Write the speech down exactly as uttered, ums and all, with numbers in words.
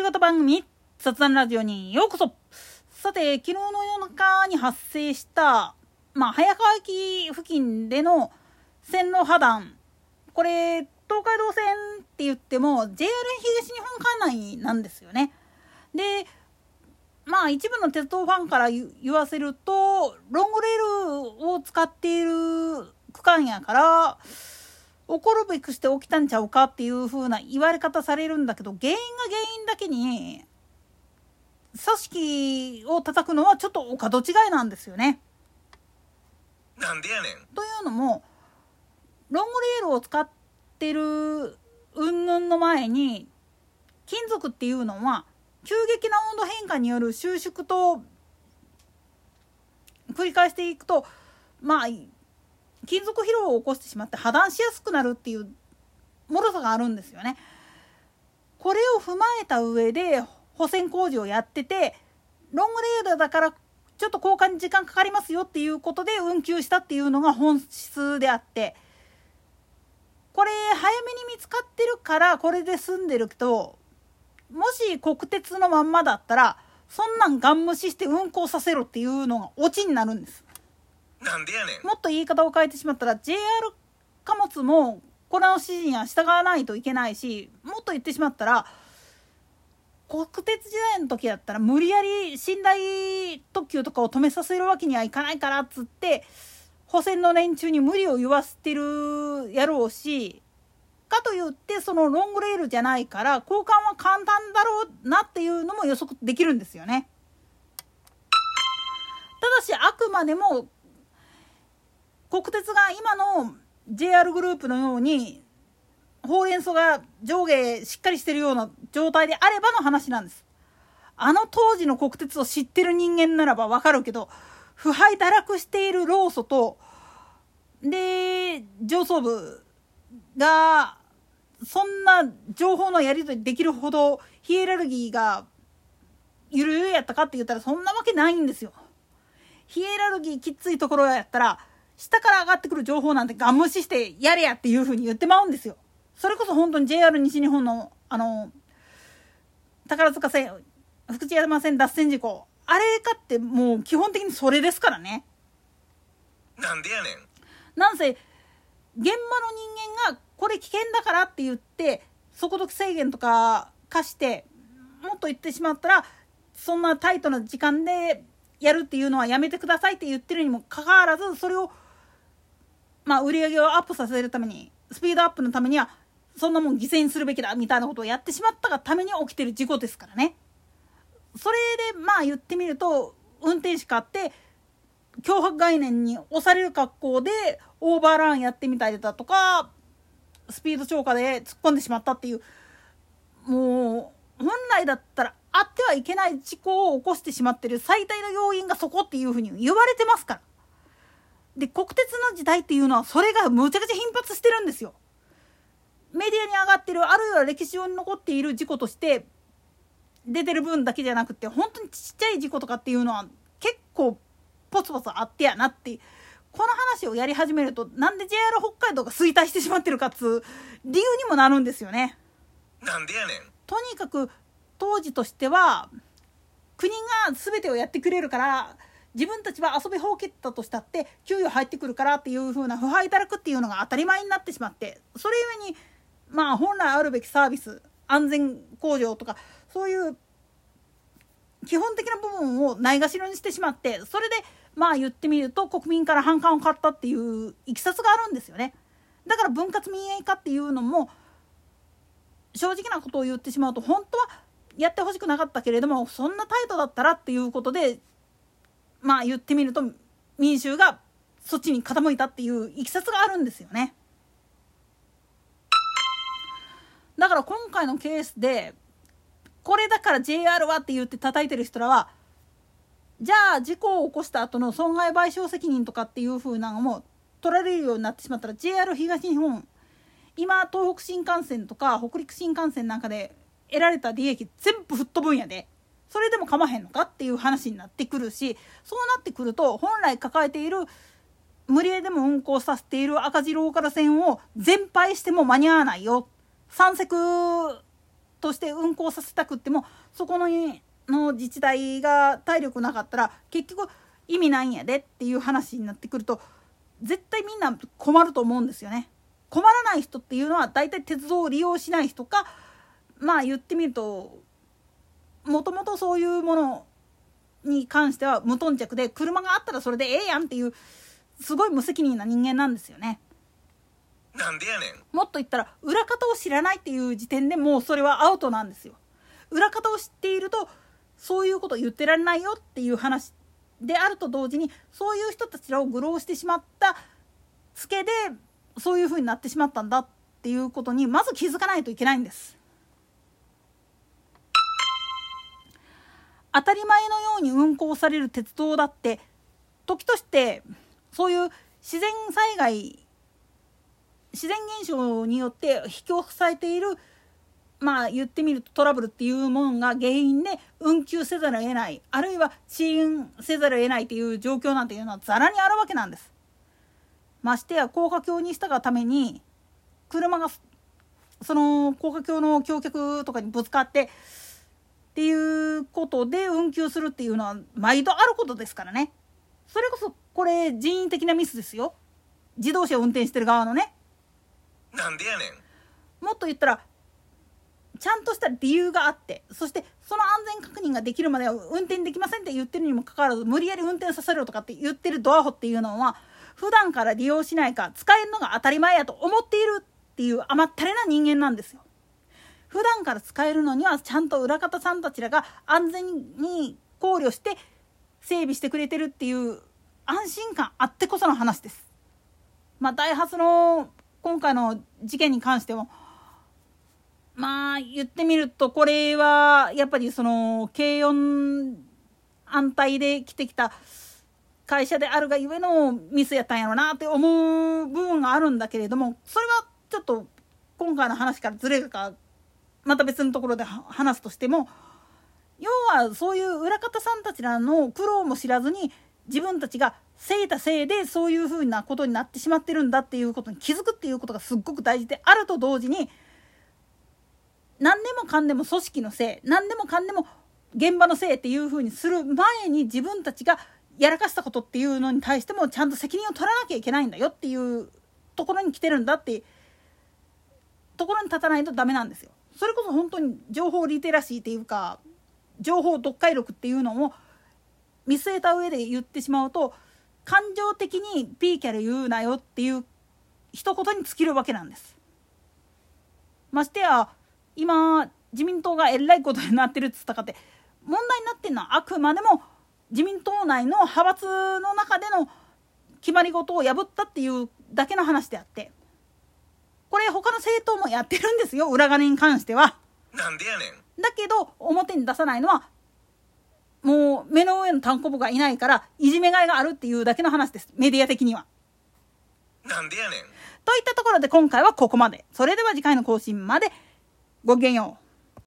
型番組雑談ラジオにようこそ。さて、昨日の夜中に発生した、まあ、早川駅付近での線路破断。これ、東海道線って言っても ジェイアール 東日本管内なんですよね。で、まあ一部の鉄道ファンから言わせると、ロングレールを使っている区間やから、起こるべくして起きたんちゃうかっていう風な言われ方されるんだけど、原因が原因だけに組織を叩くのはちょっとお門違いなんですよね。 なんでやねん。 というのも、ロングレールを使ってる云々の前に、金属っていうのは急激な温度変化による収縮と繰り返していくと、まあ金属疲労を起こしてしまって破断しやすくなるっていう脆さがあるんですよね。これを踏まえた上で保線工事をやってて、ロングレールだからちょっと交換に時間かかりますよっていうことで運休したっていうのが本質であって、これ早めに見つかってるからこれで済んでるけど、もし国鉄のまんまだったらそんなんガン無視して運行させろっていうのがオチになるんです。 なんでやねん。 もっと言い方を変えてしまったら ジェイアール 貨物もこれの指示には従わないといけないし、もっと言ってしまったら国鉄時代の時だったら無理やり寝台特急とかを止めさせるわけにはいかないからっつって保線の連中に無理を言わせてるやろうし、かといってそのロングレールじゃないから交換は簡単だろうなっていうのも予測できるんですよね。ただしあくまでも国鉄が今の ジェイアール グループのようにほうれん草が上下しっかりしてるような状態であればの話なんです。あの当時の国鉄を知ってる人間ならばわかるけど、腐敗堕落している労組とで上層部がそんな情報のやり取りできるほどヒエラルギーがゆるゆるやったかって言ったらそんなわけないんですよ。ヒエラルギーきっついところやったら下から上がってくる情報なんてガン無視してやれやっていう風に言ってまうんですよ。それこそ本当に ジェイアール 西日本のあの宝塚線福知山線脱線事故、あれかってもう基本的にそれですからね。 なんでやねん。 なんせ現場の人間がこれ危険だからって言って速度制限とか課して、もっと言ってしまったらそんなタイトな時間でやるっていうのはやめてくださいって言ってるにもかかわらず、それをまあ売り上げをアップさせるために、スピードアップのためにはそんなもん犠牲にするべきだみたいなことをやってしまったがために起きてる事故ですからね。それでまあ言ってみると、運転手買って脅迫概念に押される格好でオーバーランやってみたりだとか、スピード超過で突っ込んでしまったっていう、もう本来だったらあってはいけない事故を起こしてしまってる最大の要因がそこっていうふうに言われてますから。で、国鉄の時代っていうのはそれがむちゃくちゃ頻発してるんですよ。メディアに上がってる、あるいは歴史上に残っている事故として出てる分だけじゃなくて、本当にちっちゃい事故とかっていうのは結構ポツポツあってやなって、この話をやり始めるとなんで ジェイアール 北海道が衰退してしまってるかっつう理由にもなるんですよね。 なんでやねん。 とにかく当時としては国が全てをやってくれるから、自分たちは遊びほうけたとしたって給与入ってくるからっていう風な腐敗堕落っていうのが当たり前になってしまって、それゆえにまあ本来あるべきサービス、安全向上とかそういう基本的な部分をないがしろにしてしまって、それでまあ言ってみると国民から反感を買ったっていういきさつがあるんですよね。だから分割民営化っていうのも正直なことを言ってしまうと、本当はやってほしくなかったけれどもそんな態度だったらっていうことで、まあ言ってみると民衆がそっちに傾いたっていういきさつがあるんですよね。だから今回のケースでこれだから ジェイアール はって言って叩いてる人らは、じゃあ事故を起こした後の損害賠償責任とかっていう風なのも取られるようになってしまったら、 ジェイアール 東日本、今東北新幹線とか北陸新幹線なんかで得られた利益全部吹っ飛ぶんやで、それでも構わへんのかっていう話になってくるし、そうなってくると本来抱えている無理やりでも運行させている赤字ローカル線を全廃しても間に合わないよ、三セクとして運行させたくってもそこのの自治体が体力なかったら結局意味ないんやでっていう話になってくると絶対みんな困ると思うんですよね。困らない人っていうのはだいたい鉄道を利用しない人か、まあ言ってみるともともとそういうものに関しては無頓着で車があったらそれでええやんっていうすごい無責任な人間なんですよね。 なんでやねん。 もっと言ったら裏方を知らないっていう時点でもうそれはアウトなんですよ。裏方を知っているとそういうこと言ってられないよっていう話であると同時にそういう人たちらを愚弄してしまったツケでそういう風になってしまったんだっていうことにまず気づかないといけないんです。当たり前のように運行される鉄道だって時としてそういう自然災害自然現象によって引き起こされているまあ言ってみるとトラブルっていうものが原因で運休せざるを得ないあるいは遅延せざるを得ないという状況なんていうのはざらにあるわけなんです。ましてや高架橋にしたがために車がその高架橋の橋脚とかにぶつかってっていうことで運休するっていうのは毎度あることですからね。それこそこれ人為的なミスですよ。自動車を運転してる側のね。 なんでやねん。 もっと言ったらちゃんとした理由があってそしてその安全確認ができるまでは運転できませんって言ってるにもかかわらず無理やり運転させろとかって言ってるドアホっていうのは普段から利用しないか使えるのが当たり前やと思っているっていう甘ったれな人間なんですよ。普段から使えるのにはちゃんと裏方さんたちらが安全に考慮して整備してくれてるっていう安心感あってこその話です。まあダイハツの今回の事件に関してもまあ言ってみるとこれはやっぱりその軽音安泰で来てきた会社であるがゆえのミスやったんやろうなって思う部分があるんだけれどもそれはちょっと今回の話からずれるかまた別のところで話すとしても要はそういう裏方さんたちらの苦労も知らずに自分たちがせいたせいでそういうふうなことになってしまってるんだっていうことに気づくっていうことがすっごく大事であると同時に何でもかんでも組織のせい何でもかんでも現場のせいっていうふうにする前に自分たちがやらかしたことっていうのに対してもちゃんと責任を取らなきゃいけないんだよっていうところに来てるんだってところに立たないとダメなんですよ。それこそ本当に情報リテラシーっていうか情報読解力っていうのを見据えた上で言ってしまうと感情的にピーキャル言うなよっていう一言に尽きるわけなんです。ましてや今自民党がえらいことになってるっつったかって問題になってるのはあくまでも自民党内の派閥の中での決まり事を破ったっていうだけの話であってこれ他の政党もやってるんですよ裏金に関しては。 なんでやねん。 だけど表に出さないのはもう目の上のタンコブがいないからいじめがいがあるっていうだけの話ですメディア的には。 なんでやねん。 といったところで今回はここまで。それでは次回の更新までごきげんよう。